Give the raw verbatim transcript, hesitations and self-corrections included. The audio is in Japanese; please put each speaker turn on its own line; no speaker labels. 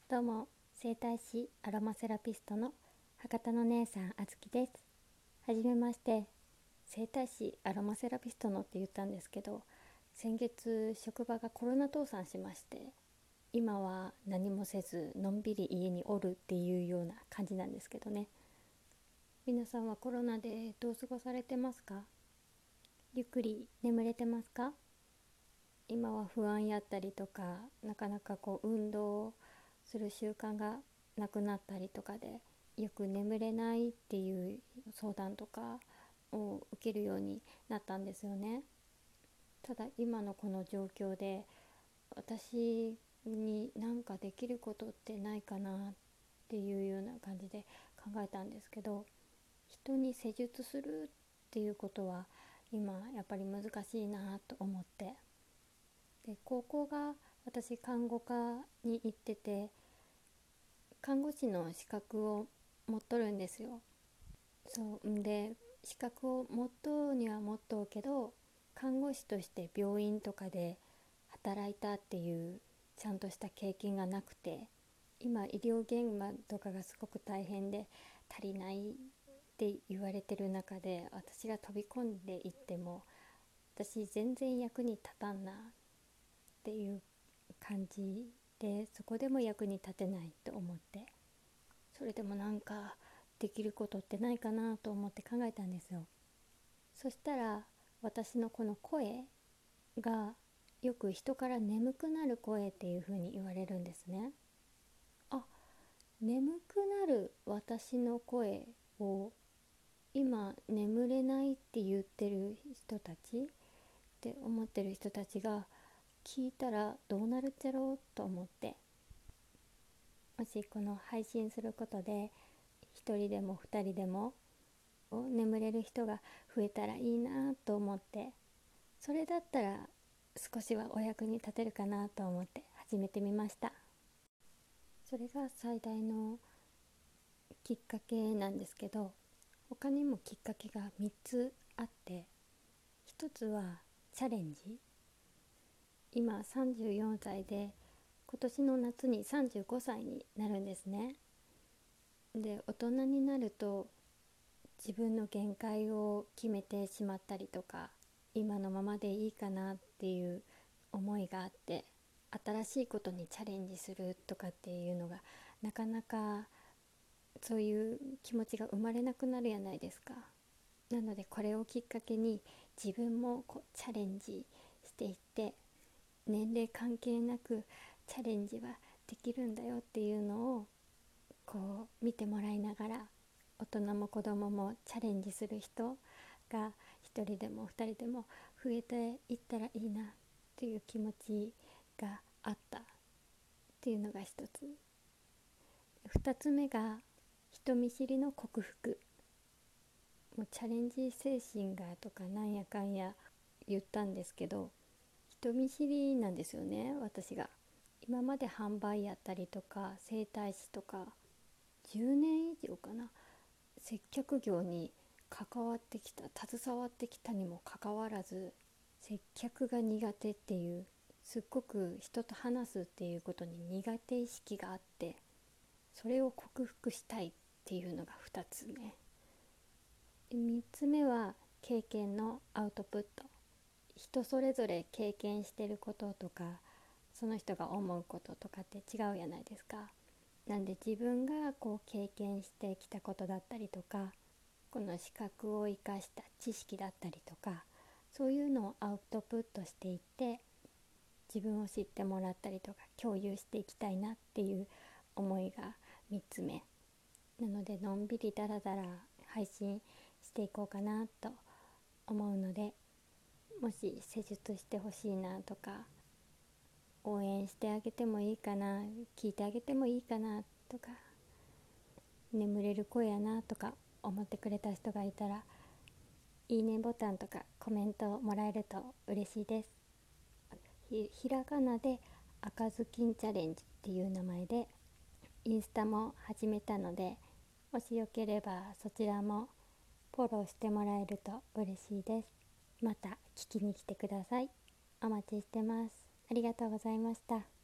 どうも、整体師アロマセラピストの博多の姉さんあずきです。はじめまして。整体師アロマセラピストのって言ったんですけど、先月職場がコロナ倒産しまして、今は何もせずのんびり家におるっていうような感じなんですけどね。皆さんはコロナでどう過ごされてますか？ゆっくり眠れてますか？今は不安やったりとか、なかなかこう運動する習慣がなくなったりとかで、よく眠れないっていう相談とかを受けるようになったんですよね。ただ今のこの状況で、私に何かできることってないかなっていうような感じで考えたんですけど、人に施術するっていうことは今やっぱり難しいなと思って、で高校が私看護科に行ってて、看護師の資格を持っとるんですよ。そうんで資格を持っとうには持っとうけど、看護師として病院とかで働いたっていうちゃんとした経験がなくて、今医療現場とかがすごく大変で足りないって言われてる中で、私が飛び込んでいっても私全然役に立たんなっていう感じで、そこでも役に立てないと思って、それでもなんかできることってないかなと思って考えたんですよ。そしたら私のこの声がよく人から眠くなる声っていう風に言われるんですね。あ、眠くなる私の声を今眠れないって言ってる人たちって思ってる人たちが聞いたらどうなるっちゃろうと思って、もしこの配信することで一人でも二人でも眠れる人が増えたらいいなと思って、それだったら少しはお役に立てるかなと思って始めてみました。それが最大のきっかけなんですけど、他にもきっかけがみっつあって、ひとつはチャレンジ。今さんじゅうよんさいで、今年の夏にさんじゅうごさいになるんですね。で、大人になると自分の限界を決めてしまったりとか、今のままでいいかなっていう思いがあって、新しいことにチャレンジするとかっていうのがなかなかそういう気持ちが生まれなくなるやないですか。なのでこれをきっかけに自分もこうチャレンジしていって、年齢関係なくチャレンジはできるんだよっていうのをこう見てもらいながら、大人も子供もチャレンジする人が一人でも二人でも増えていったらいいなっていう気持ちがあったっていうのが一つ。二つ目が人見知りの克服。もうチャレンジ精神がとかなんやかんや言ったんですけど、人見知りなんですよね、私が。今まで販売やったりとか整体師とかじゅうねん以上かな、接客業に関わってきた携わってきたにもかかわらず、接客が苦手っていう、すっごく人と話すっていうことに苦手意識があって、それを克服したいっていうのがふたつめ。みっつめは経験のアウトプット。人それぞれ経験してることとか、その人が思うこととかって違うやないですか。なんで自分がこう経験してきたことだったりとか、この資格を生かした知識だったりとか、そういうのをアウトプットしていって、自分を知ってもらったりとか共有していきたいなっていう思いがみっつめなので、のんびりだらだら配信していこうかなと思うので、もし施術してほしいなとか、応援してあげてもいいかな、聞いてあげてもいいかなとか、眠れる声やなとか思ってくれた人がいたら、いいねボタンとかコメントもらえると嬉しいです。 ひ, ひらがなで赤ずきんチャレンジっていう名前でインスタも始めたので、もしよければそちらもフォローしてもらえると嬉しいです。また聞きに来てください。お待ちしてます。ありがとうございました。